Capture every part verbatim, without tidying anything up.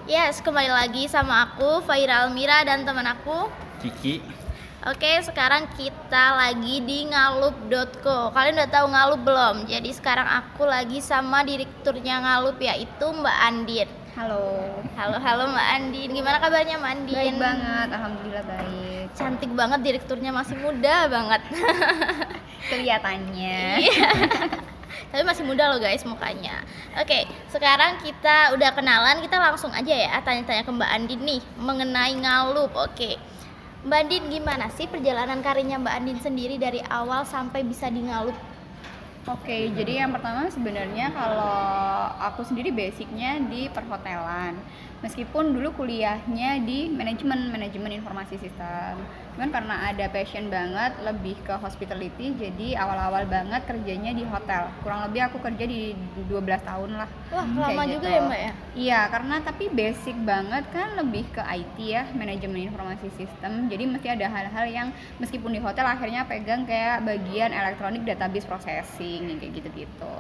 Yes, kembali lagi sama aku Faira Almira dan teman aku Kiki. Oke, sekarang kita lagi di ngalup dot co. Kalian udah tahu Ngalup belum? Jadi sekarang aku lagi sama direkturnya Ngalup, yaitu Mbak Andin. Halo. Halo, halo Mbak Andin. Gimana kabarnya Mbak Andin? Baik banget, alhamdulillah baik. Cantik banget, direkturnya masih muda banget. Kelihatannya. Iya. Tapi masih muda loh guys mukanya. Oke, sekarang kita udah kenalan, kita langsung aja ya tanya-tanya ke Mbak Andin nih mengenai Ngalup. Oke, Mbak Andin, gimana sih perjalanan karirnya Mbak Andin sendiri dari awal sampai bisa di Ngalup? Oke, jadi yang pertama sebenarnya kalau aku sendiri basicnya di perhotelan. Meskipun dulu kuliahnya di manajemen, manajemen informasi sistem. Cuman karena ada passion banget lebih ke hospitality, jadi awal-awal banget kerjanya di hotel. Kurang lebih aku kerja di dua belas tahun lah. Wah, Kayak lama gitu. juga ya Mbak ya? Iya, karena tapi basic banget kan lebih ke I T ya, manajemen informasi sistem. Jadi mesti ada hal-hal yang meskipun di hotel akhirnya pegang kayak bagian elektronik database processing kayak gitu-gitu.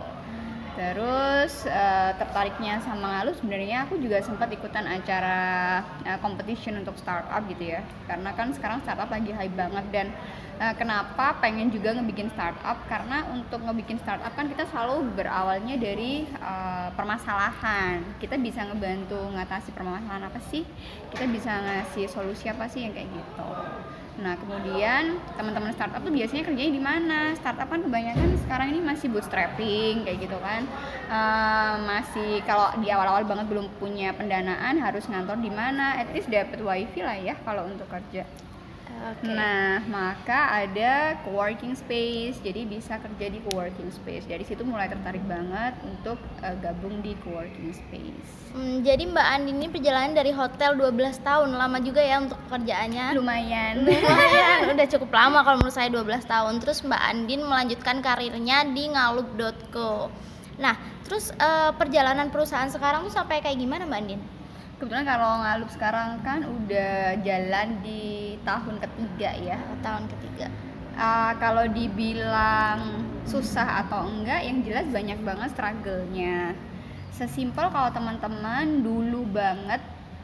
Terus uh, tertariknya sama Ngalup sebenarnya aku juga sempat ikutan acara uh, competition untuk startup gitu ya. Karena kan sekarang startup lagi hype banget dan uh, kenapa pengen juga ngebikin startup, karena untuk ngebikin startup kan kita selalu berawalnya dari uh, permasalahan. Kita bisa ngebantu ngatasi permasalahan apa sih? Kita bisa ngasih solusi apa sih yang kayak gitu. Nah, kemudian teman-teman startup tuh biasanya kerjanya di mana? Startup kan kebanyakan sekarang ini masih bootstrapping kayak gitu kan. Uh, masih kalau di awal-awal banget belum punya pendanaan harus ngantor di mana? At least dapat wifi lah ya kalau untuk kerja. Okay. Nah, maka ada coworking space, jadi bisa kerja di coworking space. Dari situ mulai tertarik banget untuk uh, gabung di coworking space. Hmm, jadi Mbak Andin ini perjalanan dari hotel dua belas tahun, lama juga ya untuk pekerjaannya. Lumayan. Lumayan, udah cukup lama kalau menurut saya dua belas tahun. Terus Mbak Andin melanjutkan karirnya di ngalup dot co. Nah, terus uh, perjalanan perusahaan sekarang tuh sampai kayak gimana Mbak Andin? Kebetulan kalau Ngalup sekarang kan udah jalan di tahun ketiga ya. Tahun ketiga. Uh, kalau dibilang susah atau enggak, yang jelas banyak banget struggle-nya. Sesimpel kalau teman-teman dulu banget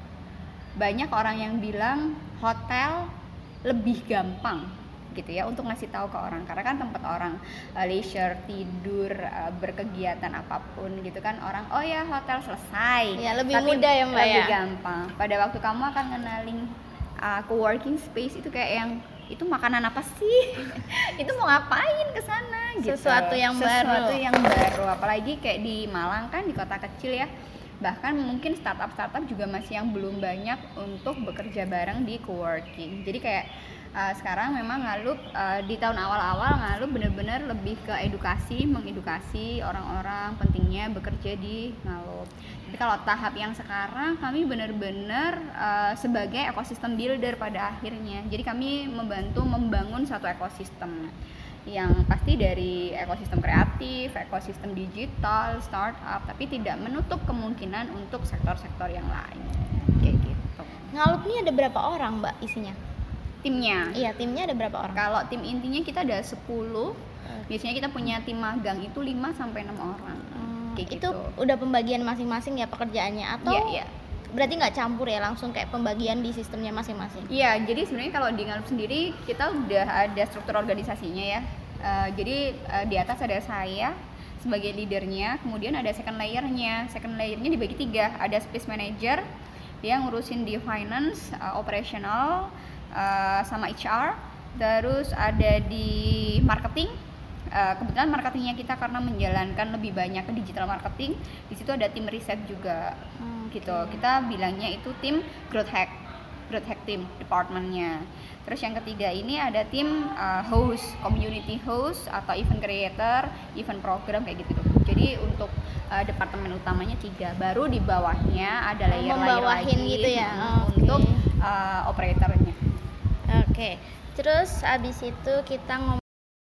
banyak orang yang bilang hotel lebih gampang gitu ya untuk ngasih tahu ke orang, karena kan tempat orang uh, leisure, tidur, uh, berkegiatan apapun gitu kan, orang oh ya hotel selesai ya, lebih tapi mudah ya Mbak lebih ya, gampang. Pada waktu kamu akan ngenalin uh, coworking space itu kayak yang itu makanan apa sih? Itu mau ngapain ke sana gitu. Sesuatu yang Sesuatu baru. Sesuatu yang baru, apalagi kayak di Malang kan, di kota kecil ya. Bahkan mungkin startup-startup juga masih yang belum banyak untuk bekerja bareng di coworking. Jadi kayak uh, sekarang memang Ngalup uh, di tahun awal-awal Ngalup benar-benar lebih ke edukasi, mengedukasi orang-orang pentingnya bekerja di Ngalup. Jadi kalau tahap yang sekarang kami benar-benar uh, sebagai ekosistem builder pada akhirnya. Jadi kami membantu membangun satu ekosistem yang pasti dari ekosistem kreatif, ekosistem digital, startup, tapi tidak menutup kemungkinan untuk sektor-sektor yang lain kayak gitu. Ngalup ini ada berapa orang Mbak isinya? Timnya? Iya, timnya ada berapa orang? Kalau tim intinya kita ada sepuluh. Biasanya kita punya tim magang itu lima sampai enam orang. Hmm, kayak itu gitu. udah pembagian masing-masing ya pekerjaannya atau? Iya, iya. Berarti nggak campur ya, langsung kayak pembagian di sistemnya masing-masing? Iya, jadi sebenarnya kalau di Ngalup sendiri kita udah ada struktur organisasinya ya. Uh, jadi uh, di atas ada saya sebagai leadernya, kemudian ada second layernya. Second layernya dibagi tiga, ada space manager, dia ngurusin di finance, uh, operational, uh, sama H R. Terus ada di marketing. Uh, kebetulan marketingnya kita karena menjalankan lebih banyak ke digital marketing, di situ ada tim riset juga. Hmm, gitu. Kita bilangnya itu tim growth hack, growth hack team departmentnya. Terus yang ketiga ini ada tim uh, host, community host atau event creator, event program kayak gitu. Jadi untuk uh, departemen utamanya tiga, baru di bawahnya ada layer-layer lagi gitu ya. Oh, untuk okay. uh, operatornya. Oke. Okay. Terus abis itu kita ngomong.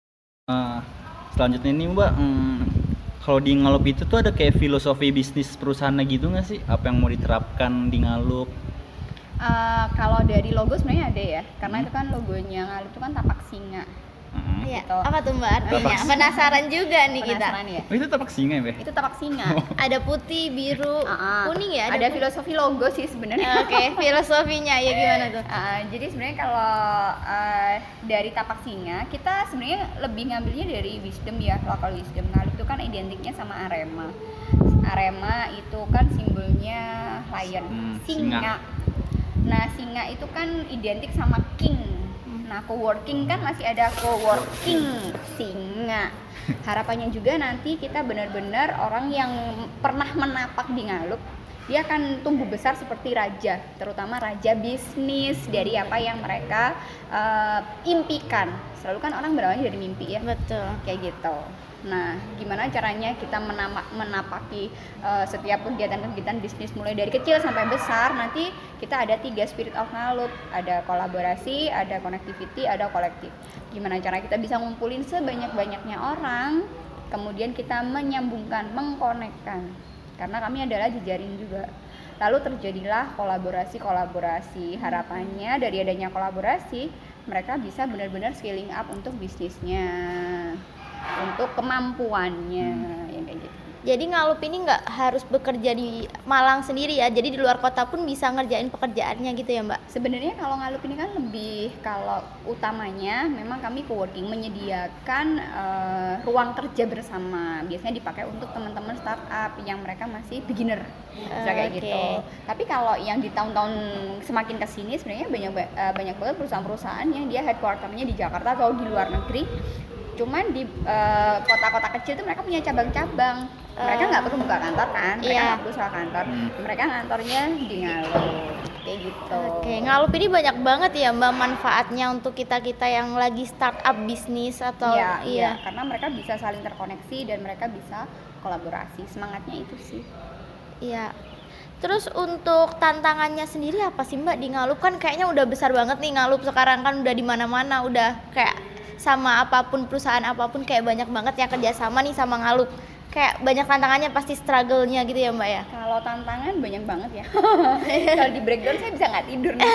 Uh, selanjutnya ini Mbak, hmm, kalau di Ngalup itu tuh ada kayak filosofi bisnis perusahaannya gitu nggak sih? Apa yang mau diterapkan di Ngalup? Uh, kalau dari logo sebenarnya ada ya, karena hmm. itu kan logonya Ngalup itu kan tapak singa. Iya, Iya. gitu. Apa tuh Mbak artinya? Tapak singa. Penasaran juga nih kita. Penasaran ya? Oh, itu tapak singa ya, Be? Itu tapak singa. Ada putih, biru, Ah, ah. kuning ya? Ada putih. filosofi logo sih sebenarnya. Oke, filosofinya ya gimana tuh? Uh, jadi sebenarnya kalau uh, dari tapak singa kita sebenarnya lebih ngambilnya dari wisdom ya, local wisdom. Ngalup itu kan identiknya sama Arema. Arema itu kan simbolnya lion, Hmm, singa. singa. Nah singa itu kan identik sama king. Nah co-working kan masih ada co-working singa. Harapannya juga nanti kita benar-benar orang yang pernah menapak di Ngalup, dia akan tumbuh besar seperti raja, terutama raja bisnis dari apa yang mereka uh, impikan. Selalu kan orang berawal dari mimpi ya, Betul. kayak gitu. Nah, gimana caranya kita menama, menapaki uh, setiap kegiatan-kegiatan bisnis mulai dari kecil sampai besar? Nanti kita ada tiga spirit of Ngalup, ada kolaborasi, ada connectivity, ada kolektif. Gimana cara kita bisa ngumpulin sebanyak-banyaknya orang, kemudian kita menyambungkan, mengkonekkan. Karena kami adalah jejaring juga. Lalu terjadilah kolaborasi-kolaborasi. Harapannya dari adanya kolaborasi, mereka bisa benar-benar scaling up untuk bisnisnya, untuk kemampuannya, yang kayak gitu. Jadi Ngalup ini nggak harus bekerja di Malang sendiri ya, jadi di luar kota pun bisa ngerjain pekerjaannya gitu ya Mbak? Sebenarnya kalau Ngalup ini kan lebih, kalau utamanya memang kami co-working menyediakan uh, ruang kerja bersama, biasanya dipakai untuk teman-teman startup yang mereka masih beginner, uh, kayak Oke. gitu. Tapi kalau yang di tahun-tahun semakin kesini sebenarnya banyak uh, banyak banget perusahaan-perusahaan yang dia headquarternya di Jakarta atau di luar negeri. Cuman di uh, kota-kota kecil itu mereka punya cabang-cabang. Mereka nggak perlu buka kantor kan, mereka Iya. nggak perlu sewa kantor. Mereka kantornya di Ngalup, kayak gitu. Oke, Ngalup ini banyak banget ya Mbak manfaatnya untuk kita-kita yang lagi startup bisnis atau Iya, iya, karena mereka bisa saling terkoneksi dan mereka bisa kolaborasi. Semangatnya itu sih. Iya. Terus untuk tantangannya sendiri apa sih Mbak di Ngalup? Kan kayaknya udah besar banget nih Ngalup sekarang, kan udah di mana-mana, udah kayak sama apapun perusahaan apapun kayak banyak banget yang kerjasama nih sama Ngalup. Kayak banyak tantangannya, pasti struggle-nya gitu ya Mbak ya? Kalau tantangan banyak banget ya. Kalau di breakdown saya bisa nggak tidur nih.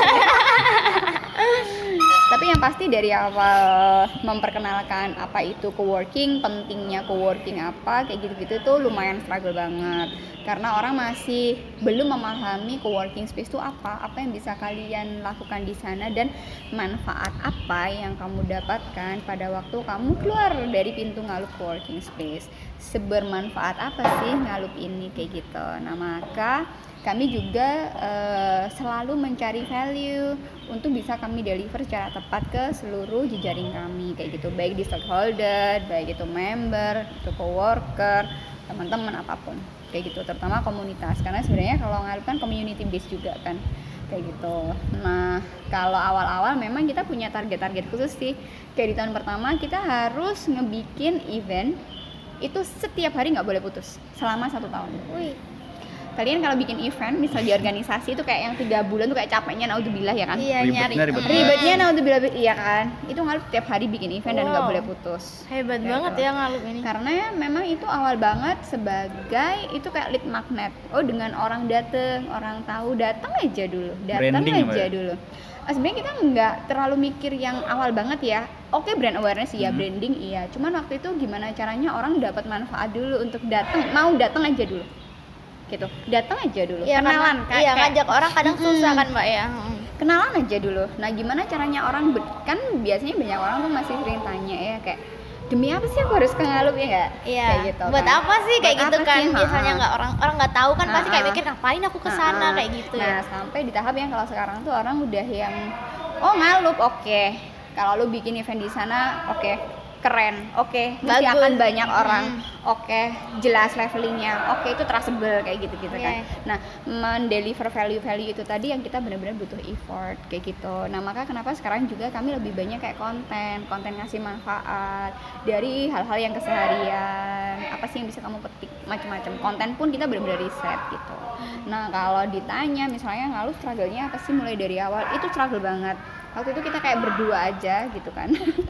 Tapi yang pasti dari awal memperkenalkan apa itu co-working, pentingnya co-working apa, kayak gitu-gitu tuh lumayan struggle banget. Karena orang masih belum memahami co-working space itu apa, apa yang bisa kalian lakukan di sana dan manfaat apa yang kamu dapatkan pada waktu kamu keluar dari pintu Ngalup co-working space. Sebermanfaat apa sih Ngalup ini, kayak gitu. Nah, maka kami juga uh, selalu mencari value untuk bisa kami deliver secara tepat ke seluruh jejaring kami, kayak gitu, baik di stakeholder, baik itu member, itu coworker, teman-teman apapun, kayak gitu, terutama komunitas, karena sebenarnya kalau Ngalup kan community based juga kan, kayak gitu. Nah, kalau awal-awal memang kita punya target-target khusus sih. Kayak di tahun pertama kita harus ngebikin event itu setiap hari nggak boleh putus selama satu tahun. Wih. Kalian kalau bikin event misal di organisasi itu kayak yang tiga bulan tuh kayak capeknya naudzubillah ya kan. Iya, Ribetnya nyari. ribet Hmm. banget. Ribetnya naudzubillah, iya kan. Itu Ngalup tiap hari bikin event dan nggak Wow. boleh putus. Hebat Kayak banget gitu. ya Ngalup ini. Karena ya memang itu awal banget sebagai itu kayak lead magnet. Oh, dengan orang dateng, orang tahu, datang aja dulu, datang Branding ya, Mbak aja ya? dulu. Ah, sebenarnya kita nggak terlalu mikir yang awal banget ya. Oke, brand awareness iya, Hmm. branding iya. Cuman waktu itu gimana caranya orang dapat manfaat dulu untuk datang, mau datang aja dulu. Gitu. Datang aja dulu. Iya, Kenalan karena- kayak Iya, kayak- ngajak orang kadang Mm-mm. susah kan Mbak ya. Mm. kenalan aja dulu. Nah, gimana caranya orang ber- kan biasanya banyak orang tuh masih sering tanya ya kayak demi apa sih aku harus ke Ngalup ya nggak? Iya. Kayak gitu. Buat kan. apa sih kayak Buat gitu apa kan? sih? Biasanya Ha-ha. nggak orang orang nggak tahu kan pasti kayak Ha-ha. mikir ngapain aku ke sana Ha-ha. kayak gitu Nah, ya. sampai di tahap yang kalau sekarang tuh orang udah yang oh Ngalup oke. Kalau lu bikin event di sana oke. Keren, oke, mesti Bagus. akan banyak orang, Hmm. oke, jelas levelingnya, oke itu trustable kayak gitu-gitu kan. Iya. Nah, mendeliver value-value itu tadi yang kita benar-benar butuh effort kayak gitu. Nah, maka kenapa sekarang juga kami lebih banyak kayak konten, konten ngasih manfaat dari hal-hal yang keseharian, apa sih yang bisa kamu petik, macam-macam. Konten pun kita benar-benar riset gitu. Nah, kalau ditanya misalnya Ngalup struggle-nya apa sih mulai dari awal, itu struggle banget. Waktu itu kita kayak berdua aja gitu kan.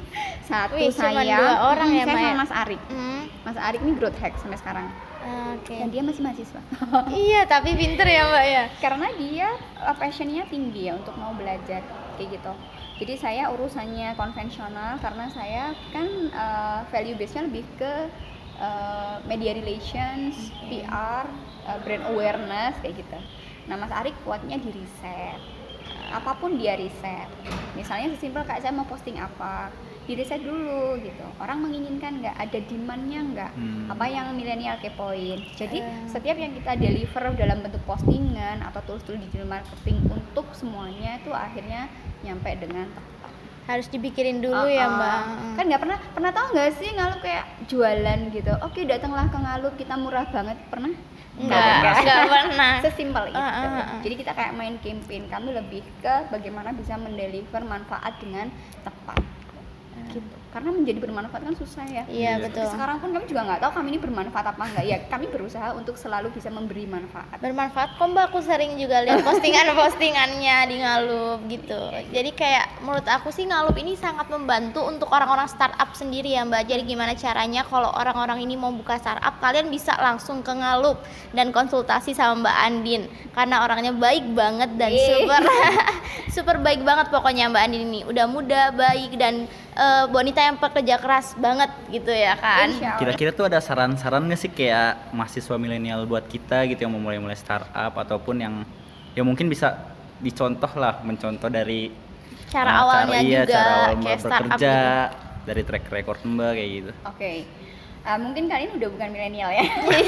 Satu Wih, cuman saya, dua orang hmm, ya, saya Mbak, sama ya? Mas Arik. Hmm. Mas Arik ini growth hack sampai sekarang. Oke. Dan dia masih mahasiswa. Iya, tapi pinter ya Mbak ya. Karena dia uh, passionnya tinggi ya untuk mau belajar kayak gitu. Jadi saya urusannya konvensional karena saya kan uh, value base-nya lebih ke uh, media relations, P R, uh, brand awareness kayak gitu. Nah Mas Arik kuatnya di riset, apapun dia riset. Misalnya sesimpel kayak saya mau posting apa, di riset dulu gitu. Orang menginginkan nggak, ada demand-nya nggak, hmm. apa yang milenial kepoin. Jadi uh. setiap yang kita deliver dalam bentuk postingan atau tools-tools digital marketing untuk semuanya itu akhirnya nyampe dengan tepat. Harus dipikirin dulu uh-uh. ya Mbak. Kan nggak pernah pernah tahu nggak sih Ngalup kayak jualan gitu. Oke datanglah ke Ngalup, kita murah banget, pernah? Enggak, enggak pernah. Sesimpel itu. Uh, uh, uh. Jadi kita kayak main campaign, kami lebih ke bagaimana bisa mendeliver manfaat dengan tepat. Gitu. Karena menjadi bermanfaat kan susah ya. Iya betul. Sekarang pun kami juga nggak tahu kami ini bermanfaat apa enggak. Ya kami berusaha untuk selalu bisa memberi manfaat. Bermanfaat kok Mbak, aku sering juga lihat postingan-postingannya di Ngalup gitu. Jadi kayak menurut aku sih Ngalup ini sangat membantu untuk orang-orang startup sendiri ya Mbak. Jadi gimana caranya kalau orang-orang ini mau buka startup, kalian bisa langsung ke Ngalup dan konsultasi sama Mbak Andin karena orangnya baik banget dan super super baik banget pokoknya Mbak Andin ini. Udah muda, baik dan uh, wanita yang pekerja keras banget gitu ya kan. Kira-kira tuh ada saran-saran nggak sih kayak mahasiswa milenial buat kita gitu yang mau mulai-mulai startup ataupun yang ya mungkin bisa dicontoh lah, mencontoh dari cara uh, awalnya cara, iya, juga cara awal kayak startup bekerja gitu. Dari track record Mbak kayak gitu. Oke. Okay. Uh, mungkin kalian udah bukan milenial ya.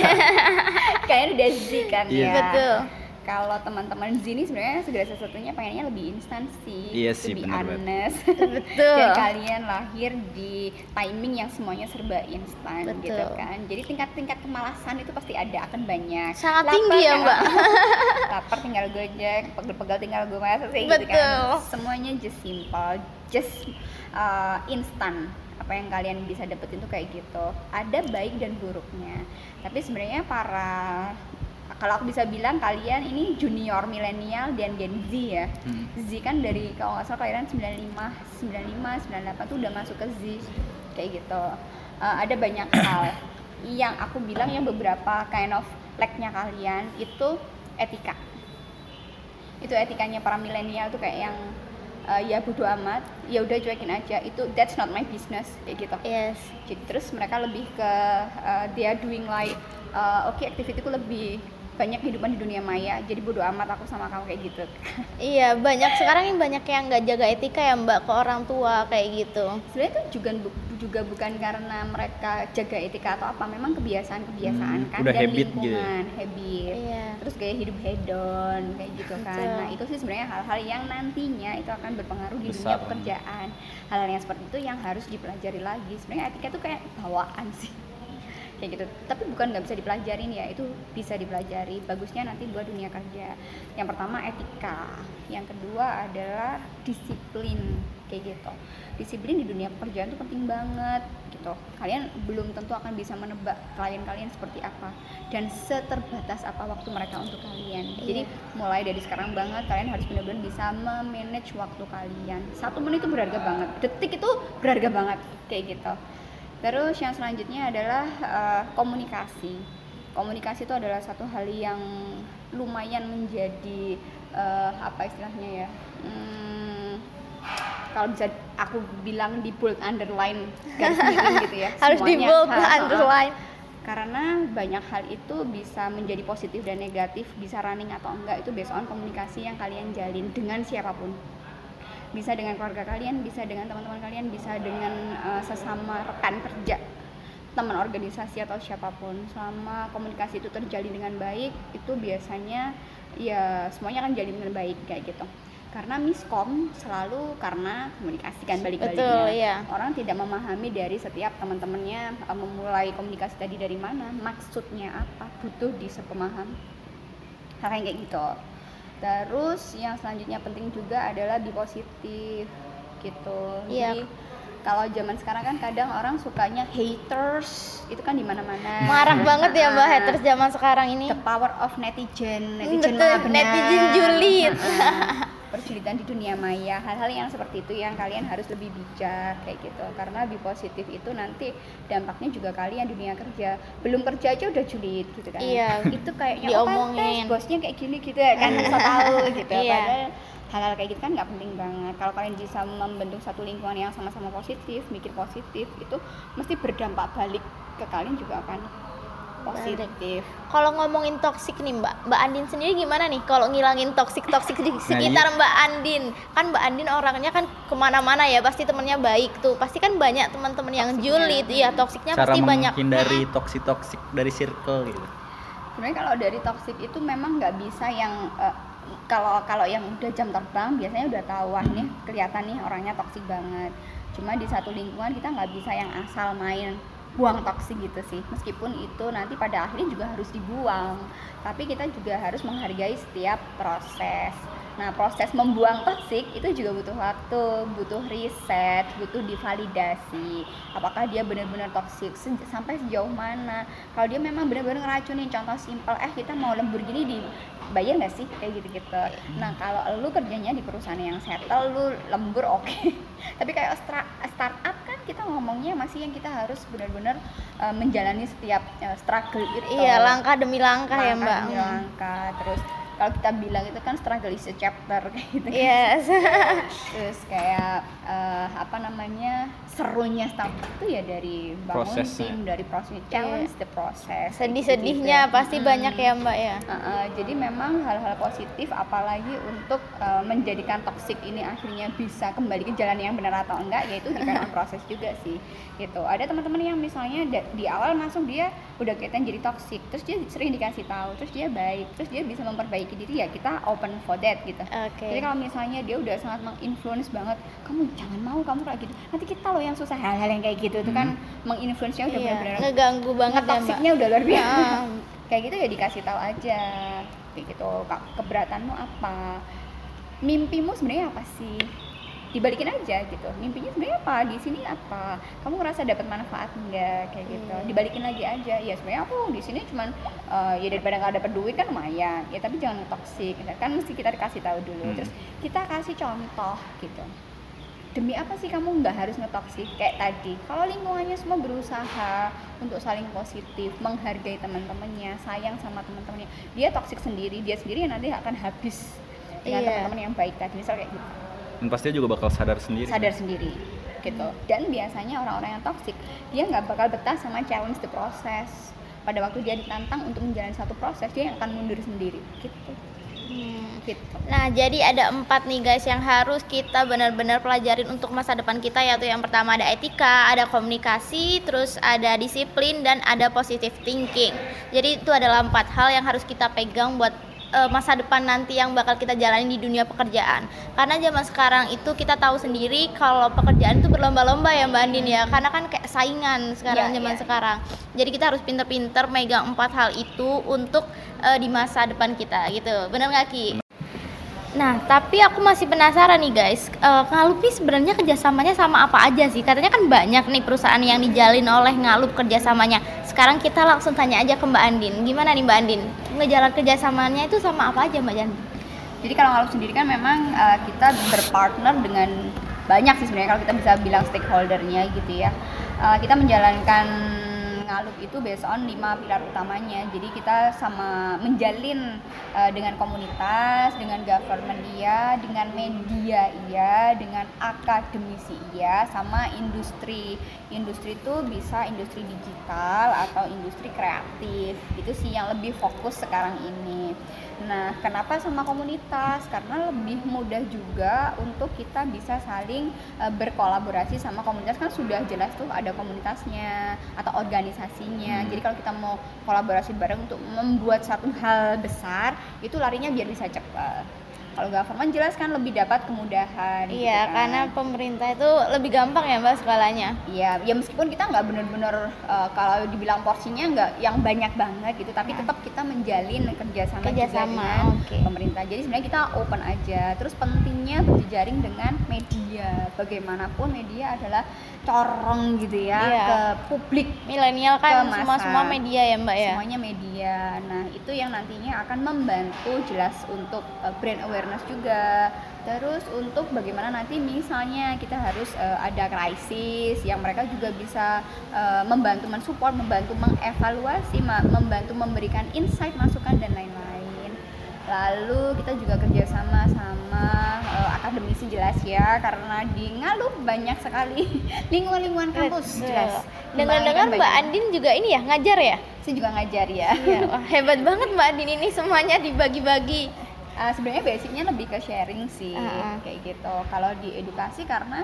Kalian udah Z kan yeah. ya. Betul. Kalau teman-teman Z ini sebenarnya segala sesuatunya pengennya lebih instan sih, iya sih, lebih bener honest. Betul. Dan kalian lahir di timing yang semuanya serba instan gitu kan. Jadi tingkat-tingkat kemalasan itu pasti ada, akan banyak. Sangat lapar, tinggi ya Mbak. Lapar tinggal gojek, pegel-pegel tinggal gue masak kayak gitu kan. Semuanya just simple, just uh, instan. Apa yang kalian bisa dapetin tuh kayak gitu. Ada baik dan buruknya. Tapi sebenarnya para kalau aku bisa bilang kalian ini junior milenial dan Gen Z ya. Hmm. Z kan dari kalau nggak salah kalian sembilan puluh lima, sembilan puluh lima, sembilan puluh delapan tuh udah masuk ke Z kayak gitu. Uh, ada banyak hal yang aku bilang yang beberapa kind of lag-nya kalian itu etika. Itu etikanya para milenial tuh kayak yang uh, ya bodo amat, ya udah cuekin aja. Itu that's not my business kayak gitu. Yes. Jadi terus mereka lebih ke uh, they are doing like uh, oke okay, aktivitiku lebih banyak kehidupan di dunia maya, jadi bodo amat aku sama kamu kayak gitu. Iya, banyak sekarang yang banyak yang nggak jaga etika ya Mbak ke orang tua kayak gitu. Sebenarnya itu juga juga bukan karena mereka jaga etika atau apa, memang kebiasaan-kebiasaan hmm, kan udah dan habit lingkungan, gitu. habit. Iya. Terus gaya hidup hedon kayak gitu kan. Betul. Nah, itu sih sebenarnya hal-hal yang nantinya itu akan berpengaruh di Besar. dunia pekerjaan. Hal-hal yang seperti itu yang harus dipelajari lagi. Sebenarnya etika itu kayak bawaan sih. Kayak gitu, tapi bukan nggak bisa dipelajarin ya, itu bisa dipelajari, bagusnya nanti buat dunia kerja. Yang pertama etika, yang kedua adalah disiplin kayak gitu. Disiplin di dunia pekerjaan itu penting banget gitu. Kalian belum tentu akan bisa menebak klien kalian seperti apa dan seterbatas apa waktu mereka untuk kalian. Jadi mulai dari sekarang banget kalian harus benar-benar bisa memanage waktu kalian. Satu menit itu berharga banget, detik itu berharga banget kayak gitu. Terus yang selanjutnya adalah uh, komunikasi. Komunikasi itu adalah satu hal yang lumayan menjadi uh, apa istilahnya ya? Hmm, kalau bisa aku bilang di bold underline garis miring gitu ya. Harus di bold underline. Karena banyak hal itu bisa menjadi positif dan negatif, bisa running atau enggak itu based on komunikasi yang kalian jalin dengan siapapun. Bisa dengan keluarga kalian, bisa dengan teman-teman kalian, bisa dengan uh, sesama rekan kerja, teman organisasi atau siapapun. Selama komunikasi itu terjalin dengan baik, itu biasanya ya semuanya akan jalin dengan baik kayak gitu. Karena miskom selalu karena komunikasi kan balik-baliknya. Betul, iya. Orang tidak memahami dari setiap teman-temannya uh, memulai komunikasi tadi dari mana, maksudnya apa, butuh disepemaham. Hal yang kayak gitu. Terus yang selanjutnya penting juga adalah be positif gitu. Iya. Jadi kalau zaman sekarang kan kadang orang sukanya haters, itu kan di mana-mana. Marah banget ya Mbak haters zaman sekarang ini. The power of netizen, netizen Betul, benar. netizen julid. Perjulitan di dunia maya, hal-hal yang seperti itu yang kalian harus lebih bijak kayak gitu. Karena be positif itu nanti dampaknya juga kalian dunia kerja. Belum kerja aja udah julid gitu kan. Iya. Itu kayaknya diomongin. Oh, bosnya kayak gini gitu ya kan, bisa tahu gitu. Iya. Padahal hal-hal kayak gitu kan nggak penting banget. Kalau kalian bisa membentuk satu lingkungan yang sama-sama positif, mikir positif, itu mesti berdampak balik ke kalian juga akan positif. Kalau ngomongin toksik nih Mbak, Mbak Andin sendiri gimana nih kalau ngilangin toksik-toksik di sekitar iya. Mbak Andin? Kan Mbak Andin orangnya kan kemana-mana ya, pasti temennya baik tuh, pasti kan banyak teman-teman yang julid, iya toksiknya Cara pasti banyak. menghindari toksik-toksik dari circle gitu. Sebenarnya kalau dari toksik itu memang nggak bisa yang uh, kalau kalau yang udah jam terbang biasanya udah tahu wah nih kelihatan nih orangnya toksik banget. Cuma di satu lingkungan kita nggak bisa yang asal main buang toksik gitu sih, meskipun itu nanti pada akhirnya juga harus dibuang, tapi kita juga harus menghargai setiap proses. Nah, proses membuang toksik itu juga butuh waktu, butuh riset, butuh divalidasi apakah dia benar-benar toksik se- sampai sejauh mana. Kalau dia memang benar-benar ngeracunin, contoh simpel, eh kita mau lembur gini dibayar nggak sih, kayak gitu-gitu. Nah, kalau lu kerjanya di perusahaan yang settle, lu lembur oke okay. Tapi kayak stra- startup kan kita ngomongnya masih yang kita harus benar-benar uh, menjalani setiap uh, struggle itu. Iya, langkah demi langkah, langkah ya Mbak. Demi langkah. Terus kalau kita bilang itu kan struggle is a chapter kayak gitu. Yes. Terus kayak uh, apa namanya serunya startup itu ya dari bangun Prosesnya. tim, dari proses challenge the process. Sedih-sedihnya gitu. pasti Hmm. banyak ya Mbak ya. Uh, uh, jadi memang hal-hal positif, apalagi untuk uh, menjadikan toksik ini akhirnya bisa kembali ke jalan yang benar atau enggak, yaitu depend on proses juga sih. Gitu. Ada teman-teman yang misalnya da- di awal masuk dia udah kelihatan jadi toksik, terus dia sering dikasih tahu, terus dia baik, terus dia bisa memperbaiki diri, ya kita open for that gitu. Oke. Jadi kalau misalnya dia udah sangat menginfluence banget, kamu jangan mau kamu kayak gitu, nanti kita loh yang susah. Hal-hal yang kayak gitu itu kan menginfluence-nya udah Iya, benar-benar ngeganggu banget ya Mbak. toksiknya udah luar biasa. Ah. Kayak gitu ya dikasih tahu aja, kayak gitu. Ka- Keberatanmu apa? Mimpimu sebenarnya apa sih? Dibalikin aja gitu. Mimpinya sebenarnya apa? Di sini apa? Kamu ngerasa dapat manfaat enggak? Kayak gitu. Iya. Dibalikin lagi aja. Ya sebenarnya aku di sini cuman uh, ya daripada nggak dapat duit kan lumayan. Ya tapi jangan toksik. Kan mesti kita dikasih tahu dulu. Hmm. Terus kita kasih contoh gitu. Demi apa sih kamu nggak harus ngetoksik kayak tadi? Kalau lingkungannya semua berusaha untuk saling positif, menghargai teman-temannya, sayang sama teman-temannya, dia toksik sendiri, dia sendiri yang nanti akan habis dengan Iya. teman-teman yang baik tadi, misal kayak gitu. Dan pasti juga bakal sadar sendiri. Sadar sendiri, gitu. Dan biasanya orang-orang yang toksik, dia nggak bakal betah sama challenge the process. Pada waktu dia ditantang untuk menjalani satu proses, dia yang akan mundur sendiri, gitu. Hmm. Gitu. Nah, jadi ada empat nih guys yang harus kita benar-benar pelajarin untuk masa depan kita, yaitu yang pertama ada etika, ada komunikasi, terus ada disiplin, dan ada positive thinking. Jadi itu adalah empat hal yang harus kita pegang buat uh, masa depan nanti yang bakal kita jalani di dunia pekerjaan. Karena zaman sekarang itu kita tahu sendiri kalau pekerjaan itu berlomba-lomba ya Mbak Andin ya, karena kan kayak saingan sekarang Ya, zaman ya. sekarang. Jadi kita harus pinter-pinter megang empat hal itu untuk uh, di masa depan kita gitu. Bener nggak Ki? Nah, tapi aku masih penasaran nih guys, uh, Ngalup ini sebenarnya kerjasamanya sama apa aja sih? Katanya kan banyak nih perusahaan yang dijalin oleh Ngalup kerjasamanya. Sekarang kita langsung tanya aja ke Mbak Andin. Gimana nih Mbak Andin? Ngejalan kerjasamanya itu sama apa aja Mbak Andin? Jadi kalau Ngalup sendiri kan memang uh, kita berpartner dengan banyak sih sebenarnya, kalau kita bisa bilang stakeholdernya gitu ya. Uh, kita menjalankan Ngalup itu based on lima pilar utamanya. Jadi kita sama menjalin uh, dengan komunitas, dengan government iya, dengan media iya, dengan akademisi iya, sama industri. Industri itu bisa industri digital atau industri kreatif. Itu sih yang lebih fokus sekarang ini. Nah, kenapa sama komunitas? Karena lebih mudah juga untuk kita bisa saling uh, berkolaborasi sama komunitas, kan sudah jelas tuh ada komunitasnya atau organisasinya. Hmm. Jadi kalau kita mau kolaborasi bareng untuk membuat satu hal besar, itu larinya biar bisa cepat. Kalau government jelas kan lebih dapat kemudahan. gitu Iya, kan. karena pemerintah itu lebih gampang ya Mbak skalanya. Iya, ya meskipun kita nggak benar-benar uh, kalau dibilang porsinya nggak yang banyak banget gitu, tapi tetap kita menjalin kerjasama, Kerjasama, juga dengan oke. pemerintah. Jadi sebenarnya kita open aja. Terus pentingnya berjejaring dengan media. Bagaimanapun media adalah corong gitu ya Iya. ke publik. Milenial kan Ke masa. semua semua media ya Mbak ya. Semuanya media. Nah, itu yang nantinya akan membantu jelas untuk uh, brand awareness juga. Terus untuk bagaimana nanti misalnya kita harus uh, ada krisis yang mereka juga bisa uh, membantu mensupport, membantu mengevaluasi, ma- membantu memberikan insight, masukan dan lain-lain. Lalu kita juga kerjasama sama uh, akademisi jelas ya, karena di Ngalup banyak sekali lingkungan-lingkungan kampus jelas. Dengar-dengar Mbak Andin juga ini ya ngajar ya? Saya juga ngajar ya. Iya, wah, hebat banget Mbak Andin ini semuanya dibagi-bagi. Uh, sebenarnya basicnya lebih ke sharing sih, uh-uh. kayak gitu. Kalau di edukasi karena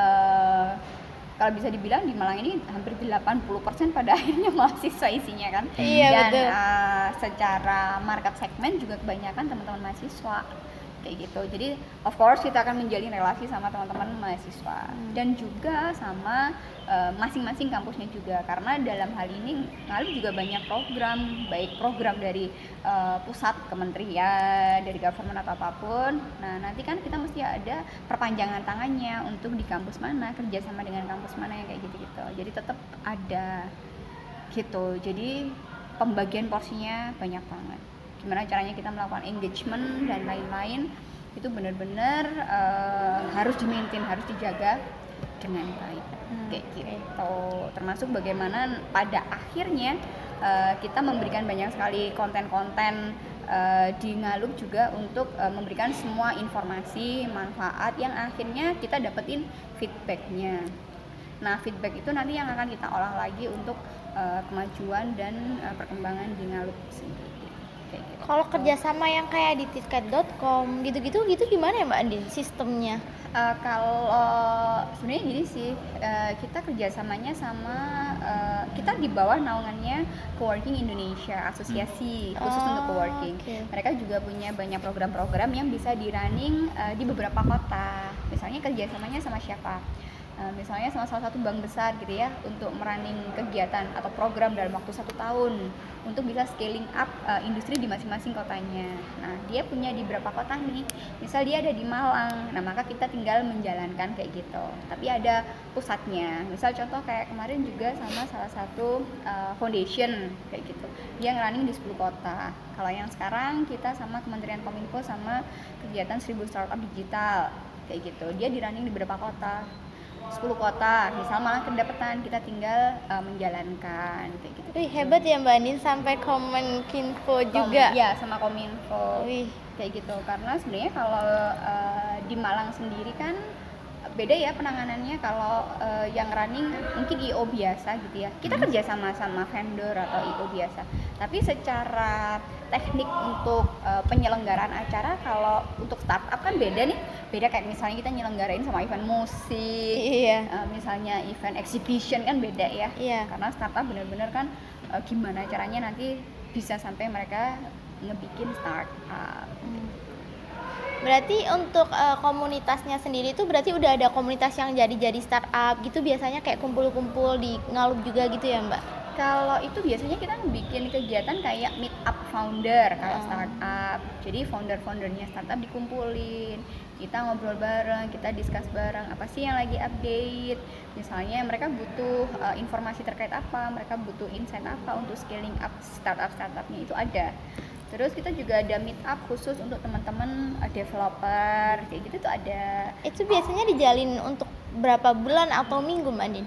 uh, kalau bisa dibilang di Malang ini hampir delapan puluh persen pada akhirnya mahasiswa isinya kan. Iya, dan betul. Uh, secara market segmen juga kebanyakan teman-teman mahasiswa kayak gitu. Jadi of course kita akan menjalin relasi sama teman-teman mahasiswa hmm. dan juga sama uh, masing-masing kampusnya juga, karena dalam hal ini Ngalup juga banyak program, baik program dari uh, pusat kementerian, dari government atau apapun. Nah nanti kan kita mesti ada perpanjangan tangannya untuk di kampus mana, kerjasama dengan kampus mana yang kayak gitu-gitu. Jadi tetap ada gitu. Jadi pembagian porsinya banyak banget. Gimana caranya kita melakukan engagement dan lain-lain, itu benar-benar uh, harus di-maintain, harus dijaga dengan baik hmm, kayak gitu. Termasuk bagaimana pada akhirnya uh, kita memberikan banyak sekali konten-konten uh, di Ngalup juga untuk uh, memberikan semua informasi manfaat yang akhirnya kita dapetin feedbacknya. Nah feedback itu nanti yang akan kita olah lagi untuk uh, kemajuan dan uh, perkembangan di Ngalup sendiri. Gitu. Kalau kerjasama yang kayak di tiket dot com gitu-gitu gitu gimana ya Mbak Andin sistemnya? Uh, kalau sebenarnya gini sih, uh, kita kerjasamanya sama uh, kita di bawah naungannya Coworking Indonesia, asosiasi khusus oh, untuk coworking. Okay. Mereka juga punya banyak program-program yang bisa di running uh, di beberapa kota. Misalnya kerjasamanya sama siapa? Uh, misalnya sama salah satu bank besar gitu ya, untuk merunning kegiatan atau program dalam waktu satu tahun untuk bisa scaling up uh, industri di masing-masing kotanya. Nah dia punya di beberapa kota nih, misal dia ada di Malang, nah maka kita tinggal menjalankan kayak gitu. Tapi ada pusatnya, misal contoh kayak kemarin juga sama salah satu uh, foundation kayak gitu, dia ngerunning di sepuluh kota. Kalau yang sekarang kita sama Kementerian Kominfo sama kegiatan seribu startup digital kayak gitu, dia di running di beberapa kota, sepuluh kota, misal malah kedapatan, kita tinggal uh, menjalankan kayak gitu. Wih, hebat ya Mbak Andin sampai Kominfo juga. Iya, sama Kominfo. Wih, kayak gitu. Karena sebenarnya kalau uh, di Malang sendiri kan beda ya penanganannya. Kalau uh, yang running mungkin I O biasa gitu ya. Kita kerja sama sama vendor atau I O biasa. Tapi secara teknik untuk uh, penyelenggaraan acara, kalau untuk startup kan beda nih. Beda kayak misalnya kita nyelenggarain sama event musik, iya. uh, misalnya event exhibition kan beda ya. Iya. Karena startup benar-benar kan uh, gimana caranya nanti bisa sampai mereka ngebikin startup. Hmm. Berarti untuk uh, komunitasnya sendiri itu berarti udah ada komunitas yang jadi-jadi startup gitu, biasanya kayak kumpul-kumpul di Ngalup juga gitu ya Mbak? Kalau itu biasanya kita bikin kegiatan kayak meet up founder kalau hmm. startup. Jadi founder-foundernya startup dikumpulin, kita ngobrol bareng, kita discuss bareng apa sih yang lagi update. Misalnya mereka butuh uh, informasi terkait apa, mereka butuh insight apa untuk scaling up startup-startupnya, itu ada. Terus kita juga ada meet up khusus untuk teman-teman uh, developer kayak gitu tuh ada. Itu biasanya dijalin untuk berapa bulan atau minggu Mbak Andin?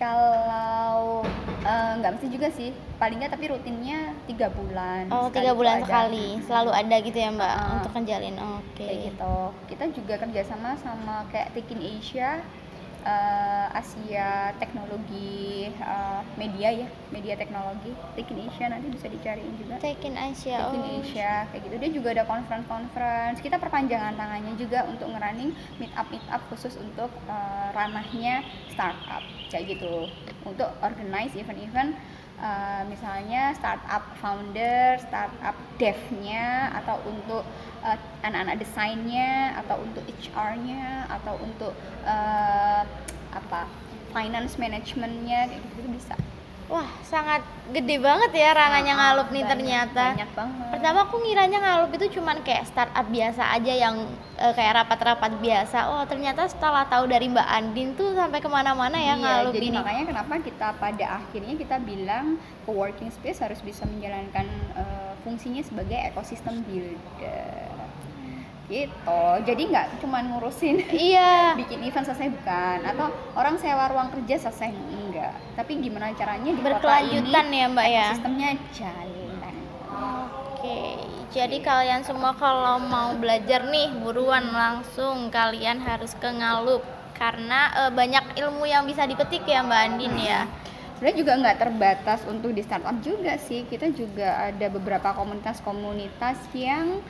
Kalau nggak uh, mesti juga sih, paling nggak tapi rutinnya tiga bulan. Oh, tiga bulan sekali, selalu ada gitu ya Mbak uh, untuk menjalin. Oke. Okay. Kayak gitu. Kita juga kerjasama sama kayak Tekin Asia, uh, Asia Teknologi, uh, media ya, media teknologi. Tekin Asia nanti bisa dicariin juga. Tekin Asia. Tekin oh. Asia kayak gitu. Dia juga ada conference-conference. Kita perpanjangan tangannya juga untuk ngerunning meet up meet up khusus untuk uh, ranahnya startup kayak gitu, untuk organize event-event uh, misalnya startup founder, startup dev-nya, atau untuk uh, anak-anak desainnya, atau untuk H R-nya, atau untuk uh, apa finance management-nya kayak gitu bisa. Wah, sangat gede banget ya ranahnya nah, Ngalup nih banyak, ternyata. Banyak banget. Pertama aku ngiranya Ngalup itu cuman kayak startup biasa aja yang uh, kayak rapat-rapat biasa. Oh, ternyata setelah tahu dari Mbak Andin tuh sampai kemana-mana ya iya, Ngalup jadi ini. makanya kenapa kita pada akhirnya kita bilang coworking space harus bisa menjalankan uh, fungsinya sebagai ekosistem builder. Gitu, jadi nggak cuma ngurusin iya bikin event selesai bukan, atau orang sewa ruang kerja selesai enggak, tapi gimana caranya di berkelanjutan kota ini ya Mbak ya. sistemnya jalan. Oke. Jadi kalian semua kalau mau belajar nih, buruan langsung kalian harus ke Ngalup karena e, banyak ilmu yang bisa dipetik ya Mbak Andin ya. Sebenarnya juga nggak terbatas untuk di startup juga sih, kita juga ada beberapa komunitas-komunitas yang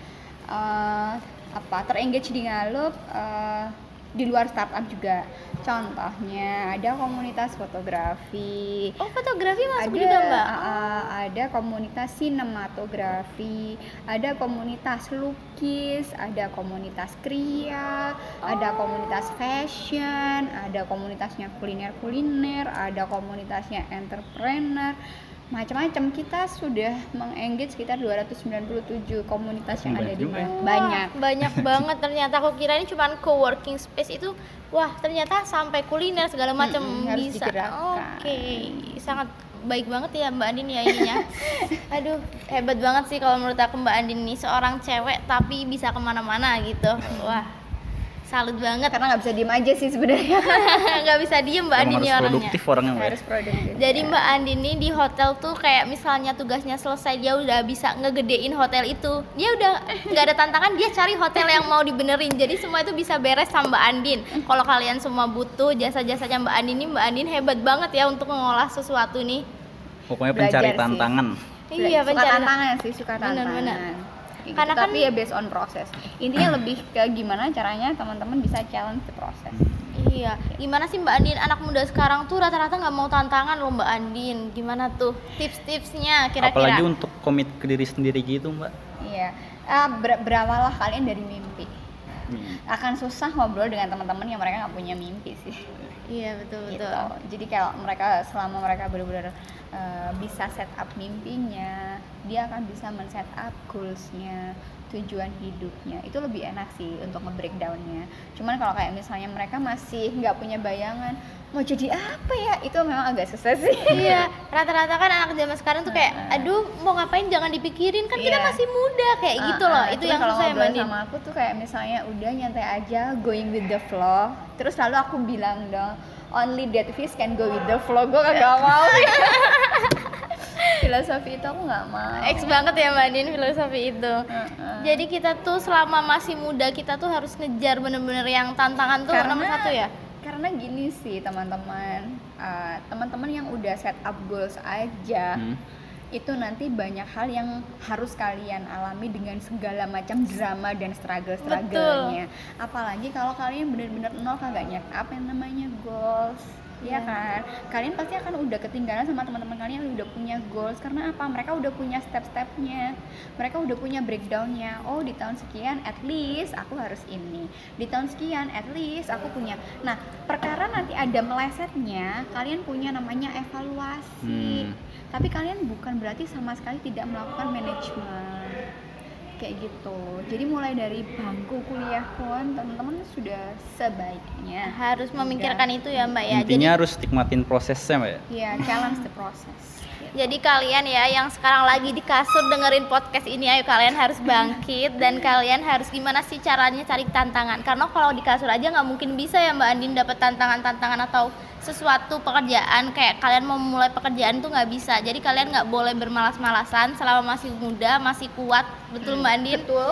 uh, apa terengage di Ngalup uh, di luar startup juga. Contohnya ada komunitas fotografi. Oh, fotografi masuk ada, juga Mbak? Uh, ada komunitas sinematografi, ada komunitas lukis, ada komunitas kriya, oh. ada komunitas fashion, ada komunitasnya kuliner-kuliner, ada komunitasnya entrepreneur. Macam-macam. Kita sudah mengengage sekitar dua ratus sembilan puluh tujuh komunitas yang banyak ada di juga. Ngalup. Banyak. Banyak banget ternyata. Aku kira ini cuma co-working space itu. Wah, ternyata sampai kuliner segala macam Mm-mm, harus bisa. digerakkan. Oke, sangat baik banget ya Mbak Andin ya ininya. Aduh, hebat banget sih kalau menurut aku Mbak Andin nih, seorang cewek tapi bisa kemana-mana gitu. Wah, salut banget. Karena nggak bisa diem aja sih sebenarnya. Nggak bisa diem Mbak Andin nih harus orangnya. produktif orangnya Mbak. Harus produktif. Jadi Mbak Andin nih di hotel tuh kayak misalnya tugasnya selesai, dia udah bisa ngegedein hotel itu. Dia udah nggak ada tantangan, dia cari hotel yang mau dibenerin. Jadi semua itu bisa beres sama Mbak Andin. Kalau kalian semua butuh jasa-jasanya Mbak Andin nih, Mbak Andin hebat banget ya untuk mengolah sesuatu nih. Pokoknya Belajar pencari sih. tantangan. Iya, suka pencari tantangan sih, suka tantangan. Bener-bener. Gitu, Karena kan- tapi ya based on proses. Intinya lebih ke gimana caranya teman-teman bisa challenge the proses. Iya, gimana sih Mbak Andin, anak muda sekarang tuh rata-rata nggak mau tantangan loh Mbak Andin. Gimana tuh tips-tipsnya kira-kira? Apalagi untuk komit ke diri sendiri gitu Mbak. Iya. Ah, ber- berawallah kalian dari mimpi. Hmm. Akan susah ngobrol dengan teman-teman yang mereka nggak punya mimpi sih. Iya betul Gitu. betul. Jadi kalau mereka selama mereka benar-benar uh, bisa set up mimpinya, dia akan bisa men-set up goals-nya, tujuan hidupnya. Itu lebih enak sih untuk nge-breakdown-nya. Cuman kalau kayak misalnya mereka masih nggak punya bayangan mau jadi apa ya, itu memang agak susah sih. Iya, rata-rata kan anak zaman sekarang tuh kayak, aduh mau ngapain jangan dipikirin, kan kita Iya. masih muda kayak Uh, gitu loh. uh, Itu cuman yang kalau susah ya ngobrol Mbak Andin. sama aku tuh kayak misalnya udah nyantai aja, going with the flow. Terus lalu aku bilang dong, only dead fish can go with the flow. Gue kagak mau. Filosofi itu aku nggak mau. X banget ya Mbak Andin filosofi itu. Uh-uh. Jadi kita tuh selama masih muda kita tuh harus ngejar bener-bener yang tantangan tuh Karena- nomor satu ya. Karena gini sih teman-teman, uh, teman-teman yang udah set up goals aja, Hmm. itu nanti banyak hal yang harus kalian alami dengan segala macam drama dan struggle-struggle-nya. Apalagi kalau kalian benar-benar nol kagak nyetak up yang namanya goals. Iya kan, kalian pasti akan udah ketinggalan sama teman-teman kalian yang udah punya goals. Karena apa? Mereka udah punya step-stepnya, mereka udah punya breakdownnya. Oh, di tahun sekian at least aku harus ini, di tahun sekian at least aku punya. Nah, perkara nanti ada melesetnya, kalian punya namanya evaluasi. Hmm. Tapi kalian bukan berarti sama sekali tidak melakukan manajemen kayak gitu. Jadi mulai dari bangku kuliah pun teman-teman sudah sebaiknya Harus memikirkan itu ya Mbak ya. Jadi Intinya harus nikmatin prosesnya Mbak ya. ya challenge the process. Jadi kalian ya yang sekarang lagi di kasur dengerin podcast ini, ayo kalian harus bangkit dan kalian harus gimana sih caranya cari tantangan. Karena kalau di kasur aja nggak mungkin bisa ya Mbak Andin dapat tantangan-tantangan atau sesuatu pekerjaan. Kayak kalian mau mulai pekerjaan tuh nggak bisa. Jadi kalian nggak boleh bermalas-malasan selama masih muda, masih kuat. Betul Mbak Andin? Betul.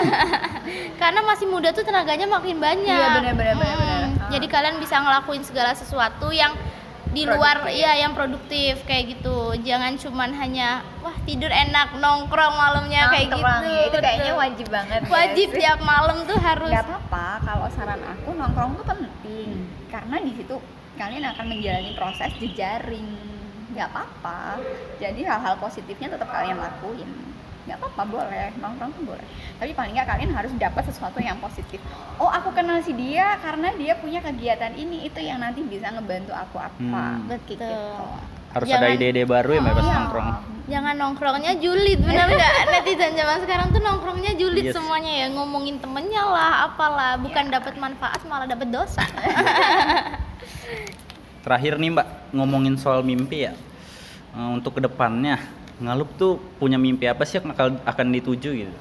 Karena masih muda tuh tenaganya makin banyak. Iya, benar-benar, Hmm, benar-benar. Jadi kalian bisa ngelakuin segala sesuatu yang di luar ya yang produktif kayak gitu. Jangan cuman hanya wah tidur enak nongkrong malamnya kayak gitu. Nongkrong, ya, itu kayaknya Betul. wajib banget. ya Wajib sih. tiap malam tuh harus. Gak apa-apa kalau saran aku nongkrong tuh penting karena di situ kalian akan menjalani proses jejaring. Gak apa-apa. Jadi hal-hal positifnya tetap kalian lakuin. Gak apa-apa, boleh nongkrong tuh boleh. Tapi paling nggak kalian harus dapat sesuatu yang positif. Oh, aku kenal si dia karena dia punya kegiatan ini, itu yang nanti bisa ngebantu aku apa. Hmm. Betul. Gitu. Harus Jangan- ada ide-ide baru ya Mbak pas Iya. nongkrong. Jangan nongkrongnya julid, bener nggak? Netizen zaman sekarang tuh nongkrongnya julid Yes. semuanya ya, ngomongin temennya lah, apalah, bukan dapat manfaat malah dapat dosa. Terakhir nih Mbak, ngomongin soal mimpi ya. Eh, untuk kedepannya, Ngalup tuh punya mimpi apa sih yang bakal akan dituju gitu?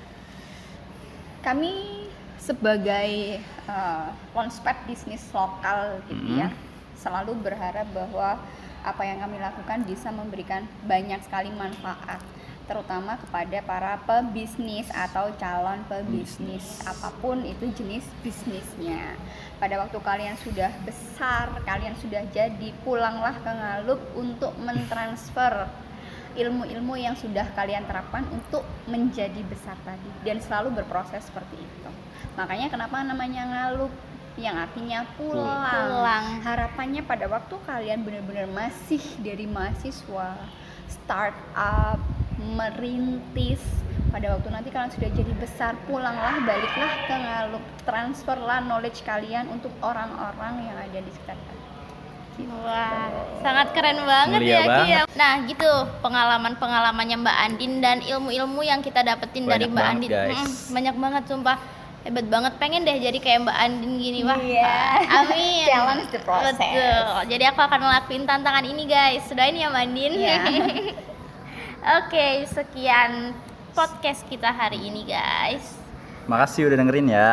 Kami sebagai uh, launchpad bisnis lokal gitu ya, Mhm. selalu berharap bahwa apa yang kami lakukan bisa memberikan banyak sekali manfaat. terutama kepada para pebisnis atau calon pebisnis apapun itu jenis bisnisnya. Pada waktu kalian sudah besar, kalian sudah jadi, pulanglah ke Ngalup untuk mentransfer ilmu-ilmu yang sudah kalian terapkan untuk menjadi besar tadi, dan selalu berproses seperti itu. Makanya kenapa namanya Ngalup, yang artinya pulang. Pulang. Harapannya pada waktu kalian benar-benar masih dari mahasiswa, startup, merintis, pada waktu nanti kalian sudah jadi besar, pulanglah, baliklah ke Ngalup, transferlah knowledge kalian untuk orang-orang yang ada di sekitar kalian. Wah, sangat keren banget Mulia ya Ki banget. ya. Nah gitu pengalaman-pengalamannya Mbak Andin dan ilmu-ilmu yang kita dapetin dari Banyak Mbak banget, Andin. guys. Mm, banyak banget sumpah, hebat banget. Pengen deh jadi kayak Mbak Andin gini. Wah, Iya. amin. Challenge the process. Betul. Jadi aku akan ngelakuin tantangan ini guys. Doain ya Mbak Andin. Iya. Oke, sekian podcast kita hari ini guys. Makasih udah dengerin ya.